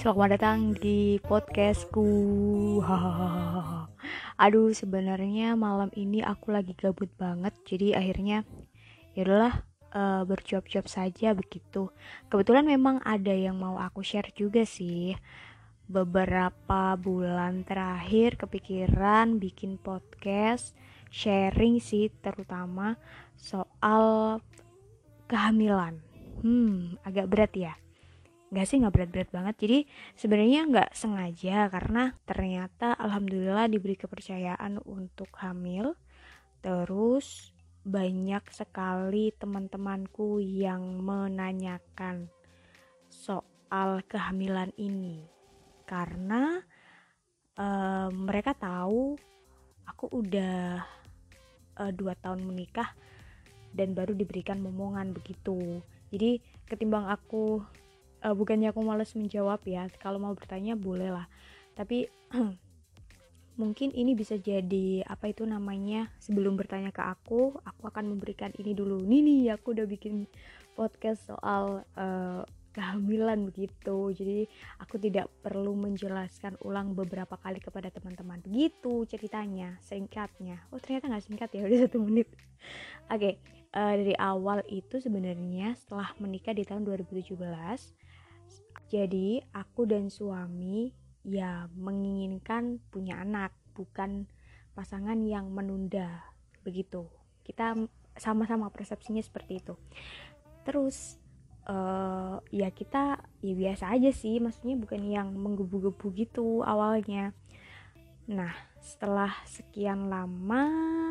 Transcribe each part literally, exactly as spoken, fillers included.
Selamat datang di podcastku. Hahaha. Aduh, sebenarnya malam ini aku lagi gabut banget, jadi akhirnya ya udahlah, uh, bercuap-cuap saja begitu. Kebetulan memang ada yang mau aku share juga sih. Beberapa bulan terakhir kepikiran bikin podcast, sharing sih terutama soal kehamilan. Hmm, agak berat ya. Nggak sih, nggak berat-berat banget. Jadi sebenarnya nggak sengaja, karena ternyata alhamdulillah diberi kepercayaan untuk hamil. Terus banyak sekali teman-temanku yang menanyakan soal kehamilan ini, karena uh, mereka tahu aku udah uh, dua tahun menikah dan baru diberikan momongan begitu. Jadi ketimbang aku uh, bukannya aku malas menjawab ya, kalau mau bertanya boleh lah, tapi mungkin ini bisa jadi apa itu namanya, sebelum bertanya ke aku aku akan memberikan ini dulu. Nih nih aku udah bikin podcast soal uh, kehamilan begitu, jadi aku tidak perlu menjelaskan ulang beberapa kali kepada teman-teman. Begitu ceritanya singkatnya. Oh ternyata nggak singkat ya, udah satu menit. Oke, okay, uh, dari awal itu sebenarnya setelah menikah di tahun dua ribu tujuh belas, jadi aku dan suami ya menginginkan punya anak, bukan pasangan yang menunda begitu. Kita sama-sama persepsinya seperti itu. Terus uh, ya kita ya biasa aja sih, maksudnya bukan yang menggebu-gebu gitu awalnya. Nah setelah sekian lama,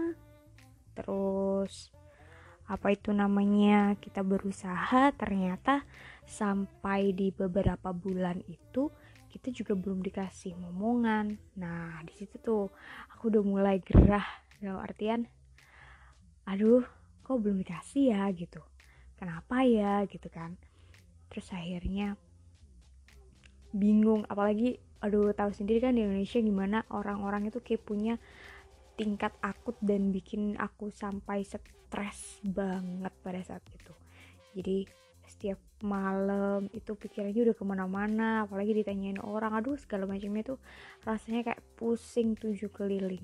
terus apa itu namanya, kita berusaha, ternyata sampai di beberapa bulan itu kita juga belum dikasih momongan. Nah di situ tuh aku udah mulai gerah, dalam artian aduh kok belum dikasih ya gitu, kenapa ya gitu kan. Terus akhirnya bingung, apalagi aduh tahu sendiri kan di Indonesia gimana orang-orang itu kayak punya tingkat akut dan bikin aku sampai stres banget pada saat itu. Jadi setiap malam itu pikirannya udah kemana-mana, apalagi ditanyain orang, aduh segala macamnya tuh rasanya kayak pusing tujuh keliling.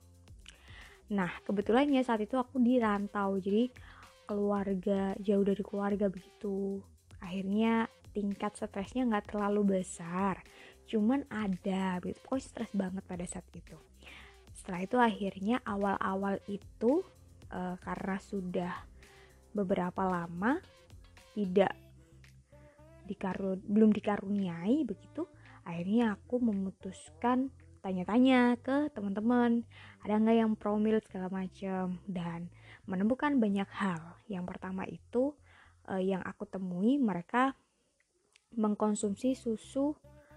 Nah kebetulannya saat itu aku di rantau, jadi keluarga, jauh dari keluarga begitu. Akhirnya tingkat stresnya gak terlalu besar, cuman ada gitu, pokoknya stres banget pada saat itu. Setelah itu akhirnya awal-awal itu uh, karena sudah beberapa lama tidak dikarun belum dikaruniai begitu, akhirnya aku memutuskan tanya-tanya ke teman-teman, ada nggak yang promil segala macam, dan menemukan banyak hal. Yang pertama itu uh, yang aku temui, mereka mengkonsumsi susu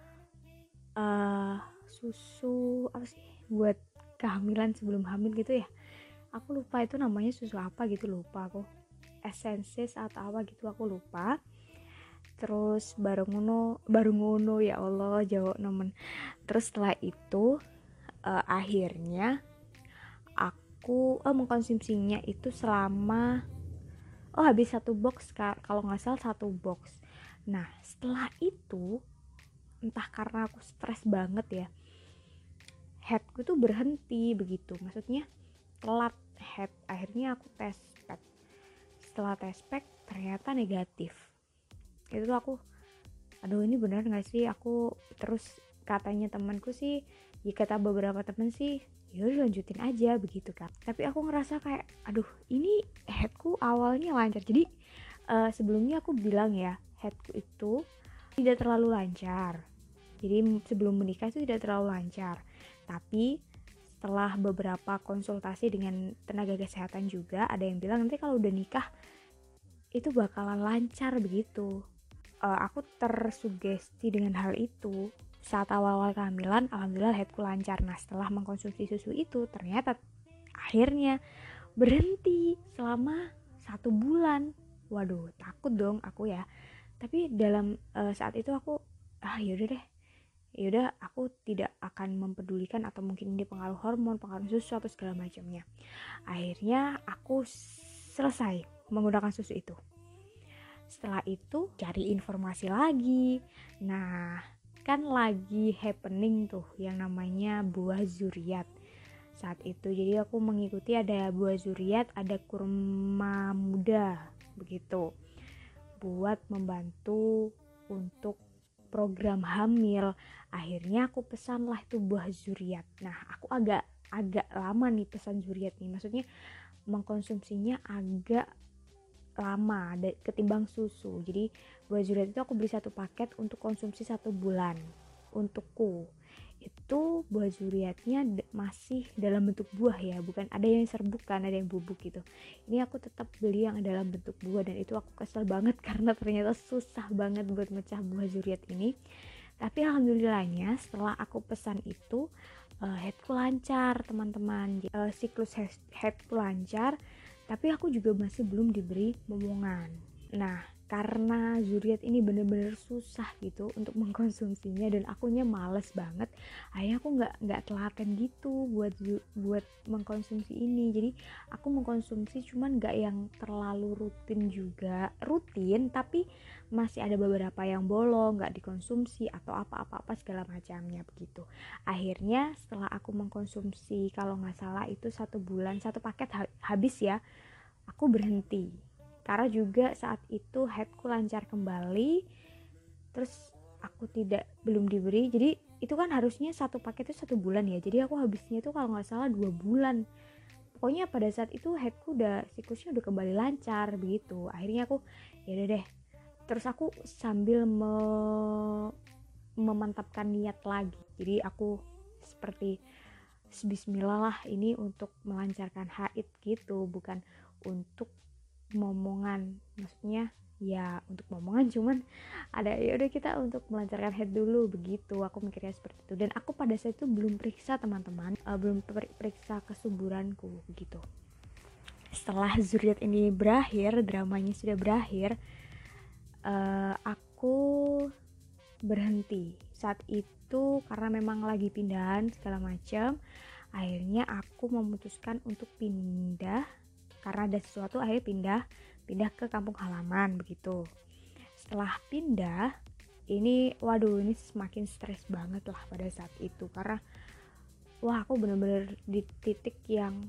uh, susu apa sih buat kehamilan sebelum hamil gitu ya, aku lupa itu namanya susu apa gitu, lupa aku, Essensis atau apa gitu aku lupa. Terus baru ngono baru ngono ya Allah jauh nemen. Terus setelah itu uh, akhirnya aku uh, mengkonsumsinya itu selama oh habis satu box kalau nggak salah, satu box. Nah setelah itu entah karena aku stres banget ya, headku tuh berhenti begitu, maksudnya telat head. Akhirnya aku tes pack. Setelah tes pack ternyata negatif. Itu tuh aku aduh ini benar gak sih aku. Terus katanya temanku sih, ya kata beberapa temen sih yaudah lanjutin aja begitu kan. Tapi aku ngerasa kayak aduh ini headku awalnya lancar. Jadi uh, sebelumnya aku bilang ya, headku itu tidak terlalu lancar. Jadi sebelum menikah itu tidak terlalu lancar. Tapi setelah beberapa konsultasi dengan tenaga kesehatan juga, ada yang bilang nanti kalau udah nikah itu bakalan lancar begitu. Uh, aku tersugesti dengan hal itu. Saat awal-awal kehamilan, alhamdulillah headku lancar. Nah setelah mengkonsumsi susu itu, ternyata akhirnya berhenti selama satu bulan. Waduh takut dong aku ya. Tapi dalam uh, saat itu aku ah yaudah deh, yaudah aku tidak akan mempedulikan, atau mungkin ini pengaruh hormon, pengaruh susu atau segala macamnya. Akhirnya aku selesai menggunakan susu itu. Setelah itu cari informasi lagi. Nah kan lagi happening tuh yang namanya buah zuriat saat itu. Jadi aku mengikuti ada buah zuriat, ada kurma muda begitu, buat membantu untuk program hamil. Akhirnya aku pesan lah itu buah zuriat. Nah aku agak agak lama nih pesan zuriat nih, maksudnya mengkonsumsinya agak lama ketimbang susu. Jadi buah zuriat itu aku beli satu paket untuk konsumsi satu bulan untukku. Itu buah zuriatnya masih dalam bentuk buah ya, bukan ada yang serbuk kan, ada yang bubuk gitu. Ini aku tetap beli yang dalam bentuk buah, dan itu aku kesel banget karena ternyata susah banget buat mecah buah zuriat ini. Tapi alhamdulillahnya setelah aku pesan itu uh, headku lancar teman-teman, uh, siklus headku lancar, tapi aku juga masih belum diberi momongan. Nah karena zuriat ini bener-bener susah gitu untuk mengkonsumsinya dan akunya males banget, akhirnya aku nggak nggak telaten gitu buat buat mengkonsumsi ini. Jadi aku mengkonsumsi cuman nggak yang terlalu rutin juga, rutin tapi masih ada beberapa yang bolong nggak dikonsumsi atau apa-apa-apa segala macamnya begitu. Akhirnya setelah aku mengkonsumsi kalau nggak salah itu satu bulan satu paket ha- habis ya, aku berhenti karena juga saat itu headku lancar kembali, terus aku tidak belum diberi. Jadi itu kan harusnya satu paket itu satu bulan ya, jadi aku habisnya itu kalau nggak salah dua bulan. Pokoknya pada saat itu headku udah siklusnya udah kembali lancar begitu. Akhirnya aku ya udah deh, terus aku sambil me- memantapkan niat lagi. Jadi aku seperti bismillah lah, ini untuk melancarkan haid gitu, bukan untuk momongan. Maksudnya ya untuk momongan cuman ada ya udah kita untuk melancarkan haid dulu begitu. Aku mikirnya seperti itu, dan aku pada saat itu belum periksa teman-teman, uh, belum per- periksa kesuburanku begitu. Setelah zuriat ini berakhir, dramanya sudah berakhir, uh, aku berhenti saat itu karena memang lagi pindahan segala macam. Akhirnya aku memutuskan untuk pindah karena ada sesuatu, akhirnya pindah pindah ke kampung halaman begitu. Setelah pindah ini waduh ini semakin stres banget lah pada saat itu, karena wah aku bener-bener di titik yang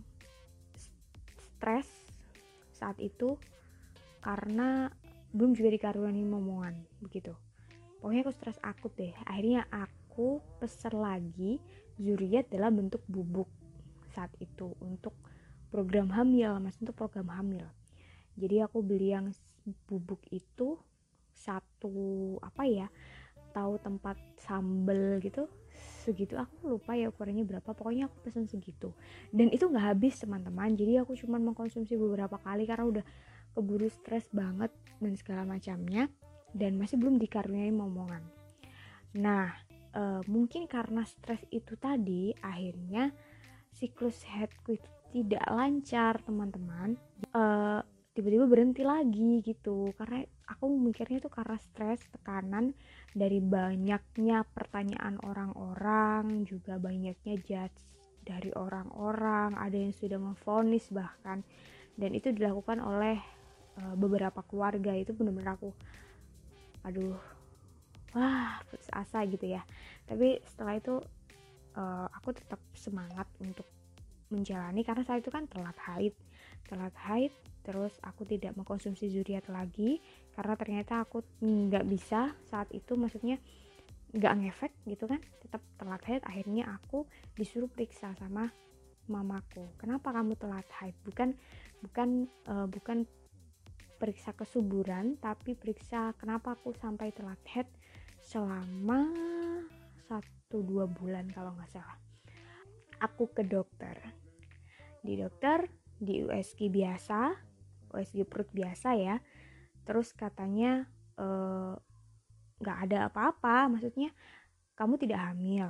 stres saat itu karena belum juga dikaruniai momongan begitu. Pokoknya aku stres akut deh. Akhirnya aku pesan lagi zuriat dalam bentuk bubuk saat itu untuk program hamil, mas untuk program hamil. Jadi aku beli yang bubuk itu satu apa ya, tahu tempat sambel gitu, segitu aku lupa ya ukurannya berapa, pokoknya aku pesan segitu. Dan itu nggak habis teman-teman, jadi aku cuma mengkonsumsi beberapa kali karena udah keburu stres banget dan segala macamnya, dan masih belum dikaruniai momongan. Nah e, mungkin karena stres itu tadi, akhirnya siklus headku itu tidak lancar teman-teman. Uh, tiba-tiba berhenti lagi gitu karena aku mikirnya tuh karena stres, tekanan dari banyaknya pertanyaan orang-orang, juga banyaknya judge dari orang-orang, ada yang sudah memvonis bahkan, dan itu dilakukan oleh uh, beberapa keluarga. Itu benar-benar aku aduh wah putus asa gitu ya. Tapi setelah itu uh, aku tetap semangat untuk menjalani karena saat itu kan telat haid telat haid terus aku tidak mengkonsumsi zuriat lagi karena ternyata aku nggak bisa saat itu, maksudnya nggak ngefek gitu kan, tetap telat haid. Akhirnya aku disuruh periksa sama mamaku, kenapa kamu telat haid, bukan bukan uh, bukan periksa kesuburan tapi periksa kenapa aku sampai telat haid selama satu dua bulan kalau nggak salah. Aku ke dokter, di dokter di U S G biasa, U S G perut biasa ya, terus katanya nggak e, ada apa-apa, maksudnya kamu tidak hamil,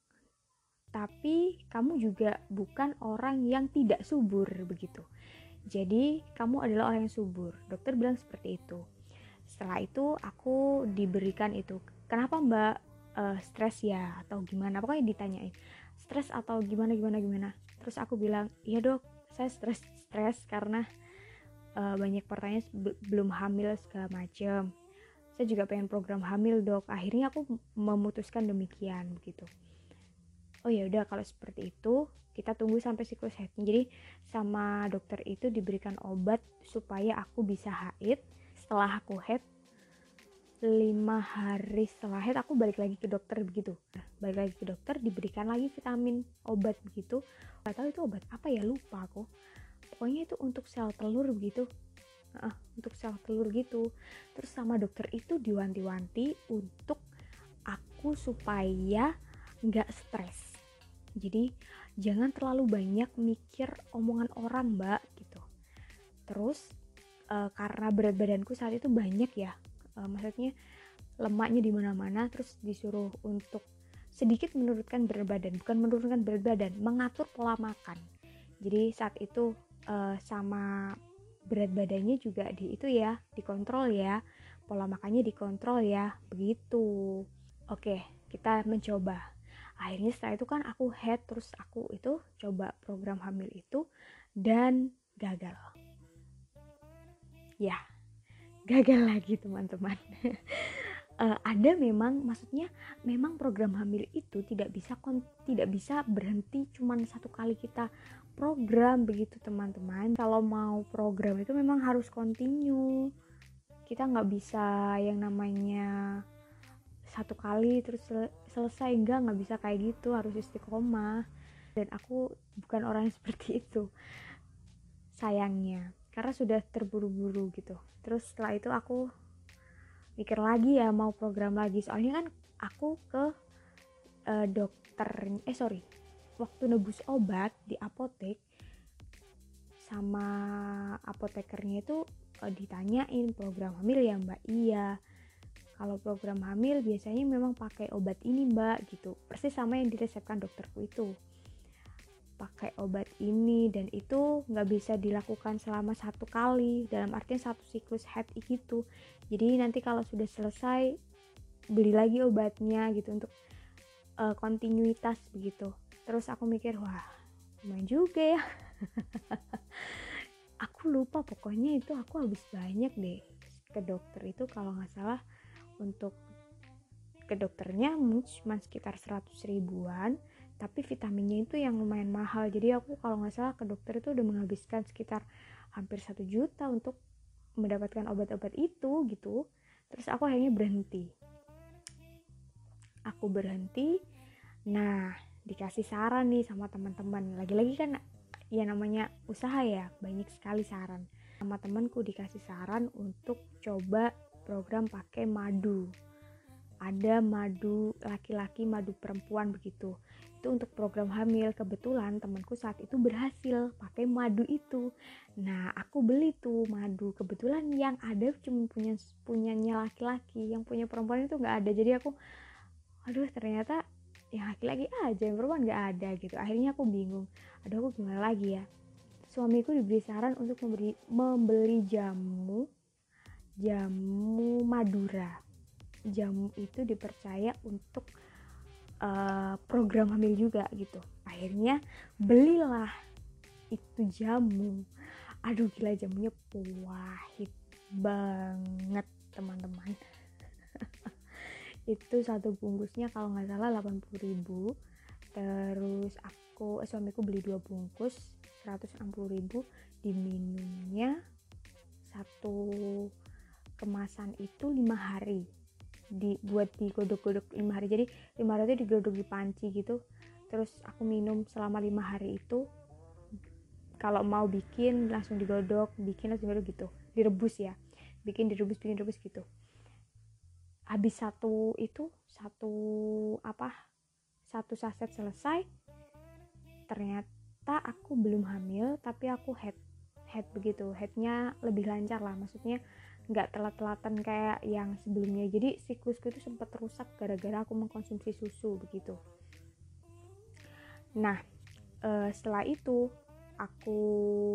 tapi kamu juga bukan orang yang tidak subur begitu, jadi kamu adalah orang yang subur, dokter bilang seperti itu. Setelah itu aku diberikan itu, kenapa mbak, e, stres ya atau gimana, pokoknya ditanyain stres atau gimana gimana gimana. Terus aku bilang iya dok, saya stres stres karena uh, banyak pertanyaan be- belum hamil segala macam. saya juga pengen program hamil dok. Akhirnya aku memutuskan demikian begitu. Oh ya udah kalau seperti itu kita tunggu sampai siklus haidnya. Jadi sama dokter itu diberikan obat supaya aku bisa haid. Setelah aku haid, lima hari setelah haid aku balik lagi ke dokter begitu. Balik lagi ke dokter, diberikan lagi vitamin obat begitu. Gak tahu itu obat apa ya, lupa aku. Pokoknya itu untuk sel telur begitu. Nah, untuk sel telur gitu. Terus sama dokter itu diwanti-wanti untuk aku supaya nggak stres. Jadi jangan terlalu banyak mikir omongan orang mbak gitu. Terus e, karena berat badanku saat itu banyak ya, e, maksudnya lemaknya di mana-mana, terus disuruh untuk sedikit menurunkan berat badan, bukan menurunkan berat badan, mengatur pola makan. Jadi saat itu e, sama berat badannya juga di itu ya, dikontrol ya, pola makannya dikontrol ya, begitu. Oke, kita mencoba. Akhirnya setelah itu kan aku head, terus aku itu coba program hamil itu dan gagal. Ya, gagal lagi teman-teman. uh, ada memang, maksudnya memang program hamil itu tidak bisa kon- tidak bisa berhenti cuman satu kali kita program begitu teman-teman. Kalau mau program itu memang harus continue. Kita nggak bisa yang namanya satu kali terus sel- selesai, enggak nggak bisa kayak gitu, harus istiqomah. Dan aku bukan orang yang seperti itu sayangnya, karena sudah terburu-buru gitu. Terus setelah itu aku mikir lagi ya mau program lagi, soalnya kan aku ke uh, dokter eh sorry waktu nebus obat di apotek sama apotekernya itu uh, ditanyain program hamil ya mbak. Iya, kalau program hamil biasanya memang pakai obat ini mbak gitu, persis sama yang diresepkan dokterku itu, pakai obat ini, dan itu nggak bisa dilakukan selama satu kali, dalam artian satu siklus haid gitu. Jadi nanti kalau sudah selesai beli lagi obatnya gitu untuk uh, kontinuitas begitu. Terus aku mikir wah lumayan juga ya. Aku lupa pokoknya itu aku habis banyak deh ke dokter itu, kalau nggak salah untuk ke dokternya cuma sekitar seratus ribuan, tapi vitaminnya itu yang lumayan mahal. Jadi aku kalau nggak salah ke dokter itu udah menghabiskan sekitar hampir satu juta untuk mendapatkan obat-obat itu gitu. Terus aku akhirnya berhenti. Aku berhenti. Nah, dikasih saran nih sama teman-teman. Lagi-lagi kan ya namanya usaha ya, banyak sekali saran. Sama temanku dikasih saran untuk coba program pakai madu. Ada madu laki-laki, madu perempuan begitu. Itu untuk program hamil. Kebetulan temanku saat itu berhasil pakai madu itu. Nah, aku beli tuh madu. Kebetulan yang ada cuma punya punyanya laki-laki, yang punya perempuan itu nggak ada. Jadi aku, aduh ternyata yang laki-laki aja, yang perempuan nggak ada gitu. Akhirnya aku bingung. Aduh aku gimana lagi ya? Suamiku diberi saran untuk memberi, membeli jamu, jamu Madura. Jamu itu dipercaya untuk uh, program hamil juga gitu. Akhirnya belilah itu jamu. Aduh gila, jamunya pahit banget teman-teman. Itu satu bungkusnya kalau nggak salah delapan puluh ribu. Terus aku eh, suamiku beli dua bungkus seratus enam puluh ribu. Diminumnya satu kemasan itu lima hari, dibuat digodok-godok lima hari. Jadi lima hari itu digodok di panci gitu. Terus aku minum selama lima hari itu. Kalau mau bikin langsung digodok, bikin langsung digodok gitu. Direbus ya. Bikin direbus, bikin direbus gitu. Habis satu itu, satu apa? Satu saset selesai. Ternyata aku belum hamil, tapi aku head head begitu. Headnya lebih lancar lah, maksudnya nggak telat-telatan kayak yang sebelumnya. Jadi siklusku itu sempat rusak gara-gara aku mengkonsumsi susu begitu. Nah uh, setelah itu aku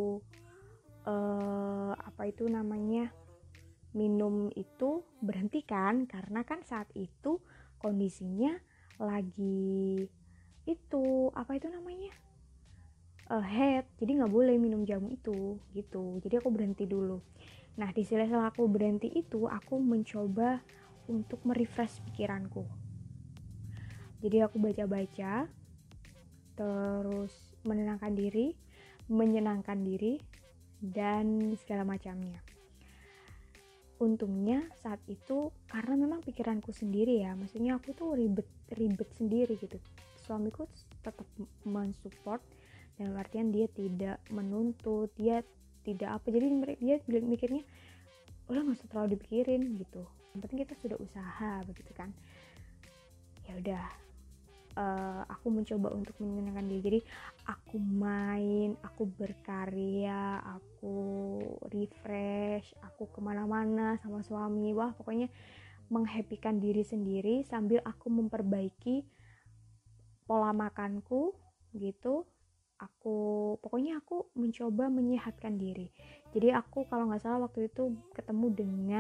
uh, apa itu namanya minum itu berhentikan, karena kan saat itu kondisinya lagi itu apa itu namanya uh, head, jadi nggak boleh minum jamu itu gitu. Jadi aku berhenti dulu. Nah di sela-sela aku berhenti itu, aku mencoba untuk merefresh pikiranku. Jadi aku baca-baca, terus menenangkan diri, menyenangkan diri, dan segala macamnya. Untungnya saat itu karena memang pikiranku sendiri ya, maksudnya aku tuh ribet-ribet sendiri gitu. Suamiku tetap mensupport, dalam artian dia tidak menuntut, dia tidak apa, jadi dia mikirnya udah nggak usah terlalu dipikirin gitu, yang penting kita sudah usaha begitu kan. Ya udah, uh, aku mencoba untuk menyenangkan dia, jadi aku main, aku berkarya, aku refresh, aku kemana-mana sama suami. Wah pokoknya menghappykan diri sendiri sambil aku memperbaiki pola makanku gitu. Aku pokoknya aku mencoba menyehatkan diri. Jadi aku kalau nggak salah waktu itu ketemu dengan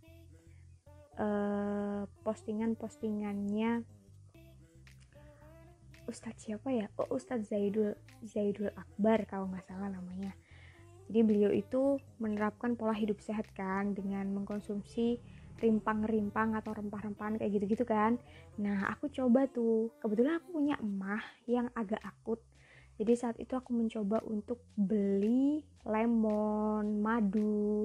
uh, postingan-postingannya Ustadz siapa ya? Oh Ustadz Zaidul Zaidul Akbar kalau nggak salah namanya. Jadi beliau itu menerapkan pola hidup sehat kan, dengan mengkonsumsi rimpang-rimpang atau rempah-rempahan kayak gitu-gitu kan. Nah aku coba tuh, kebetulan aku punya emah yang agak akut. Jadi saat itu aku mencoba untuk beli lemon, madu,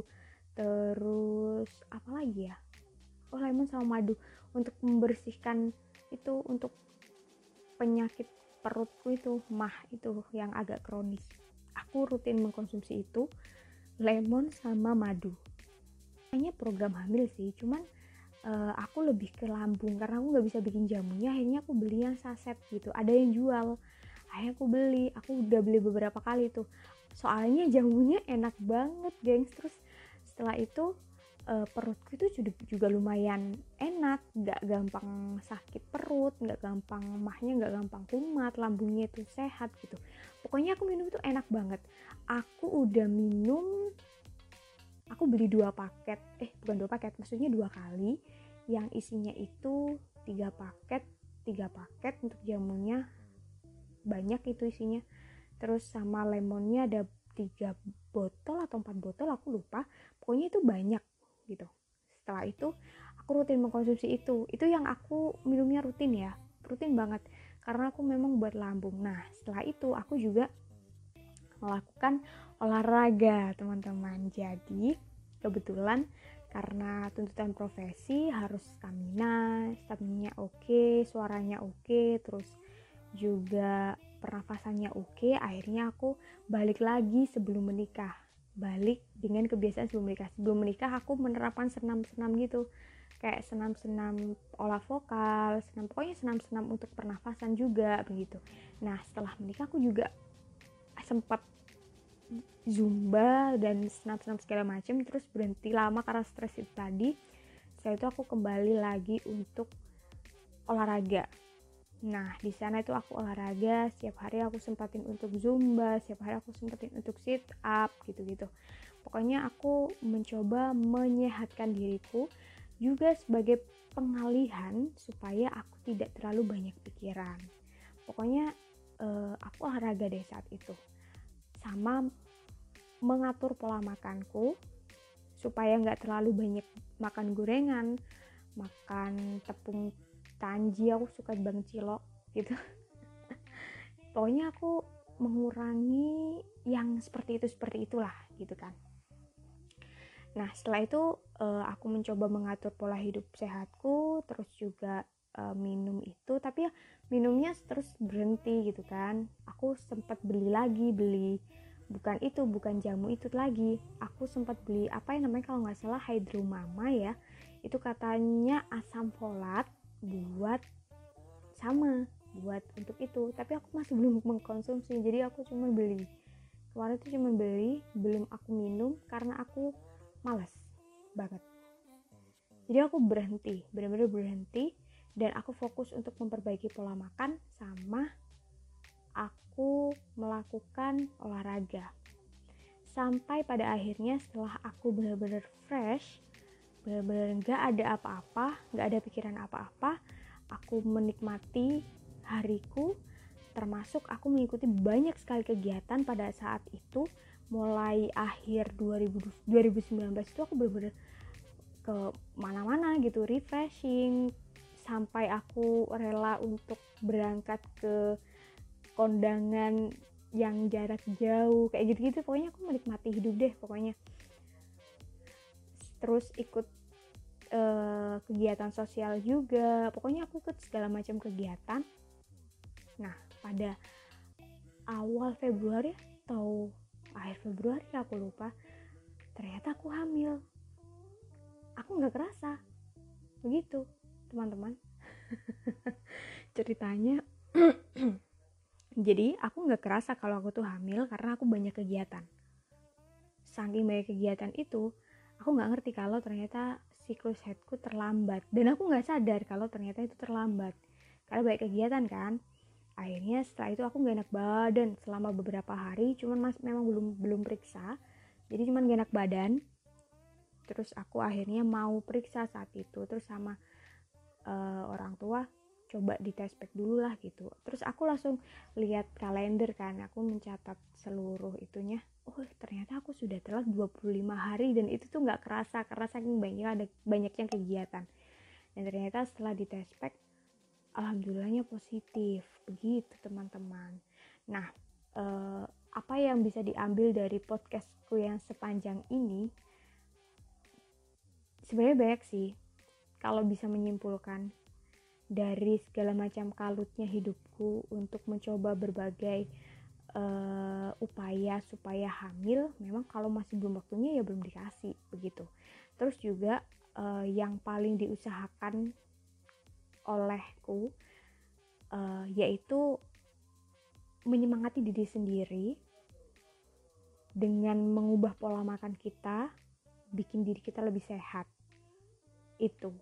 terus apa lagi ya? Oh lemon sama madu untuk membersihkan itu, untuk penyakit perutku itu, mah itu yang agak kronis. Aku rutin mengkonsumsi itu, lemon sama madu. Kayaknya program hamil sih, cuman uh, aku lebih ke lambung karena aku nggak bisa bikin jamunya. Akhirnya aku beli yang saset gitu, ada yang jual. Akhirnya aku beli, aku udah beli beberapa kali tuh. Soalnya jamunya enak banget, gengs. Terus setelah itu uh, perutku itu juga, juga lumayan enak, nggak gampang sakit perut, nggak gampang mahnya, nggak gampang kumat, lambungnya itu sehat gitu. Pokoknya aku minum itu enak banget. Aku udah minum, aku beli dua paket, eh bukan dua paket, maksudnya dua kali, yang isinya itu tiga paket, tiga paket untuk jamunya, banyak itu isinya. Terus sama lemonnya ada tiga botol atau empat botol, aku lupa. Pokoknya itu banyak gitu. Setelah itu aku rutin mengkonsumsi itu. Itu yang aku minumnya rutin ya, rutin banget. Karena aku memang buat lambung. Nah setelah itu aku juga melakukan olahraga teman-teman. Jadi kebetulan karena tuntutan profesi harus stamina, stamina oke, suaranya oke, terus juga pernafasannya oke. Akhirnya aku balik lagi sebelum menikah, balik dengan kebiasaan sebelum menikah. Sebelum menikah aku menerapkan senam-senam gitu, kayak senam-senam olah vokal, senam, pokoknya senam-senam untuk pernafasan juga begitu. Nah setelah menikah aku juga sempat zumba dan senam-senam segala macam, terus berhenti lama karena stres itu tadi. Setelah itu aku kembali lagi untuk olahraga. Nah di sana itu aku olahraga, setiap hari aku sempatin untuk zumba, setiap hari aku sempatin untuk sit up gitu-gitu. Pokoknya aku mencoba menyehatkan diriku juga sebagai pengalihan supaya aku tidak terlalu banyak pikiran. Pokoknya eh, aku olahraga deh saat itu, sama mengatur pola makanku supaya nggak terlalu banyak makan gorengan, makan tepung kanji, aku suka banget cilok gitu. Pokoknya aku mengurangi yang seperti itu seperti itulah gitu kan. Nah setelah itu uh, aku mencoba mengatur pola hidup sehatku, terus juga uh, minum itu, tapi ya minumnya terus berhenti gitu kan. Aku sempat beli lagi, beli bukan itu, bukan jamu itu lagi. Aku sempat beli apa yang namanya kalau nggak salah Hydromama ya. Itu katanya asam folat buat sama buat untuk itu, tapi aku masih belum mengkonsumsi, jadi aku cuma beli kemarin tuh cuma beli, belum aku minum karena aku malas banget. Jadi aku berhenti, benar-benar berhenti, dan aku fokus untuk memperbaiki pola makan sama aku melakukan olahraga. Sampai pada akhirnya setelah aku benar-benar fresh, benar-benar gak ada apa-apa, gak ada pikiran apa-apa, aku menikmati hariku, termasuk aku mengikuti banyak sekali kegiatan pada saat itu, mulai akhir dua ribu sembilan belas itu aku bener-bener ke mana-mana gitu, refreshing, sampai aku rela untuk berangkat ke kondangan yang jarak jauh kayak gitu-gitu. Pokoknya aku menikmati hidup deh pokoknya. Terus ikut uh, kegiatan sosial juga, pokoknya aku ikut segala macam kegiatan. Nah pada awal Februari atau akhir Februari aku lupa, ternyata aku hamil. Aku nggak kerasa begitu teman-teman. Ceritanya jadi aku nggak kerasa kalau aku tuh hamil karena aku banyak kegiatan. Saking banyak kegiatan itu, aku nggak ngerti kalau ternyata siklus haidku terlambat, dan aku nggak sadar kalau ternyata itu terlambat karena banyak kegiatan kan. Akhirnya setelah itu aku nggak enak badan selama beberapa hari, cuman mas memang belum belum periksa, jadi cuman gak enak badan. Terus aku akhirnya mau periksa saat itu, terus sama uh, orang tua, coba dites pack dulu lah gitu. Terus aku langsung lihat kalender kan, aku mencatat seluruh itunya. Oh ternyata aku sudah telat dua puluh lima hari, dan itu tuh gak kerasa karena saking banyak ada banyaknya kegiatan. Dan ternyata setelah dites pack, alhamdulillahnya positif. Begitu teman-teman. Nah eh, apa yang bisa diambil dari podcastku yang sepanjang ini? Sebenarnya banyak sih. Kalau bisa menyimpulkan dari segala macam kalutnya hidupku untuk mencoba berbagai uh, upaya supaya hamil, memang kalau masih belum waktunya ya belum dikasih begitu. Terus juga uh, yang paling diusahakan olehku uh, yaitu menyemangati diri sendiri dengan mengubah pola makan kita, bikin diri kita lebih sehat. Itu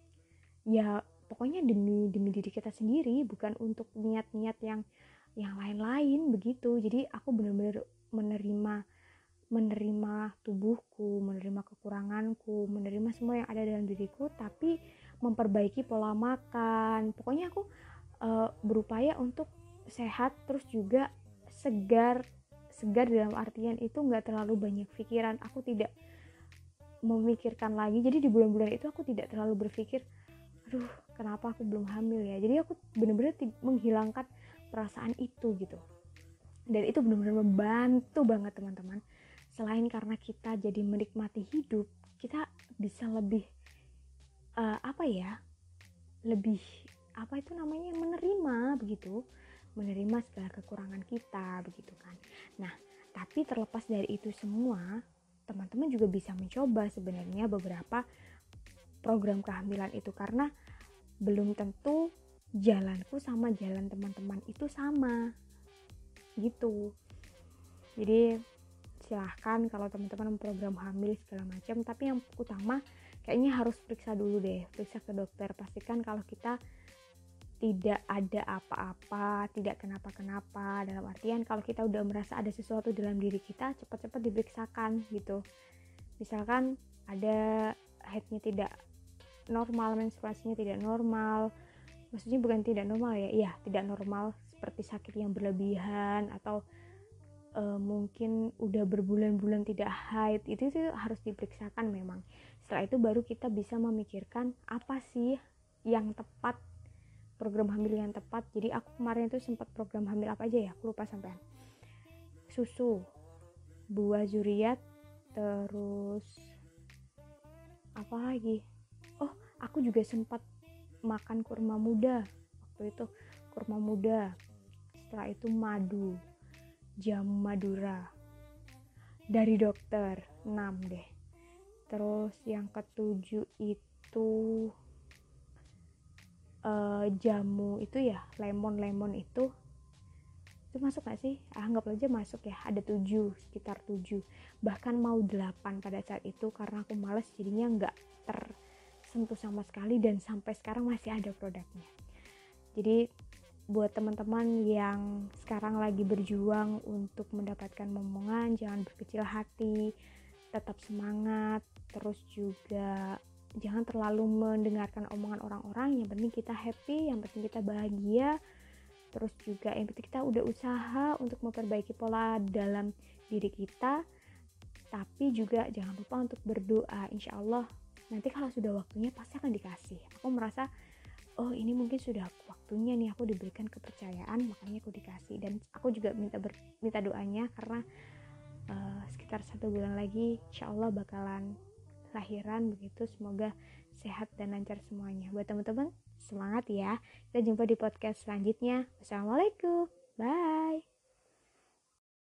ya pokoknya demi demi diri kita sendiri, bukan untuk niat-niat yang yang lain-lain begitu. Jadi aku benar-benar menerima menerima tubuhku, menerima kekuranganku, menerima semua yang ada dalam diriku, tapi memperbaiki pola makan. Pokoknya aku uh, berupaya untuk sehat, terus juga segar. Segar dalam artian itu nggak terlalu banyak pikiran. Aku tidak memikirkan lagi. Jadi di bulan-bulan itu aku tidak terlalu berpikir, aduh kenapa aku belum hamil ya. Jadi aku benar-benar t- menghilangkan perasaan itu gitu. Dan itu benar-benar membantu banget teman-teman. Selain karena kita jadi menikmati hidup, kita bisa lebih uh, apa ya, lebih apa itu namanya, menerima begitu, menerima segala kekurangan kita begitu kan. Nah tapi terlepas dari itu semua, teman-teman juga bisa mencoba sebenarnya beberapa program kehamilan itu, karena belum tentu jalanku sama jalan teman-teman itu sama gitu. Jadi silahkan kalau teman-teman program hamil segala macam, tapi yang utama kayaknya harus periksa dulu deh, periksa ke dokter, pastikan kalau kita tidak ada apa-apa, tidak kenapa-kenapa. Dalam artian kalau kita udah merasa ada sesuatu dalam diri kita, cepat-cepat diperiksakan gitu. Misalkan ada haidnya tidak normal, menstruasinya tidak normal, maksudnya bukan tidak normal ya, iya tidak normal, seperti sakit yang berlebihan atau e, mungkin udah berbulan-bulan tidak haid, itu itu harus diperiksakan memang. Setelah itu baru kita bisa memikirkan apa sih yang tepat, program hamil yang tepat. Jadi aku kemarin itu sempat program hamil apa aja ya, aku lupa sampean. Susu, buah zuriat, terus apa lagi? Oh, aku juga sempat makan kurma muda. Waktu itu kurma muda. Setelah itu madu, jamu Madura. Dari dokter, enam deh. Terus yang ketujuh itu Uh, jamu itu ya, lemon-lemon itu itu masuk gak sih? Ah, anggap aja masuk ya, ada tujuh, sekitar tujuh, bahkan mau delapan pada saat itu karena aku males, jadinya gak tersentuh sama sekali, dan sampai sekarang masih ada produknya. Jadi buat teman-teman yang sekarang lagi berjuang untuk mendapatkan momongan, jangan berkecil hati, tetap semangat, terus juga jangan terlalu mendengarkan omongan orang-orang. Yang penting kita happy, yang penting kita bahagia. Terus juga yang penting kita udah usaha untuk memperbaiki pola dalam diri kita, tapi juga jangan lupa untuk berdoa. Insya Allah nanti kalau sudah waktunya pasti akan dikasih. Aku merasa oh ini mungkin sudah waktunya nih, aku diberikan kepercayaan, makanya aku dikasih. Dan aku juga minta ber, minta doanya karena uh, sekitar satu bulan lagi insya Allah bakalan lahiran begitu. Semoga sehat dan lancar semuanya. Buat teman-teman semangat ya, kita jumpa di podcast selanjutnya. Wassalamualaikum, bye.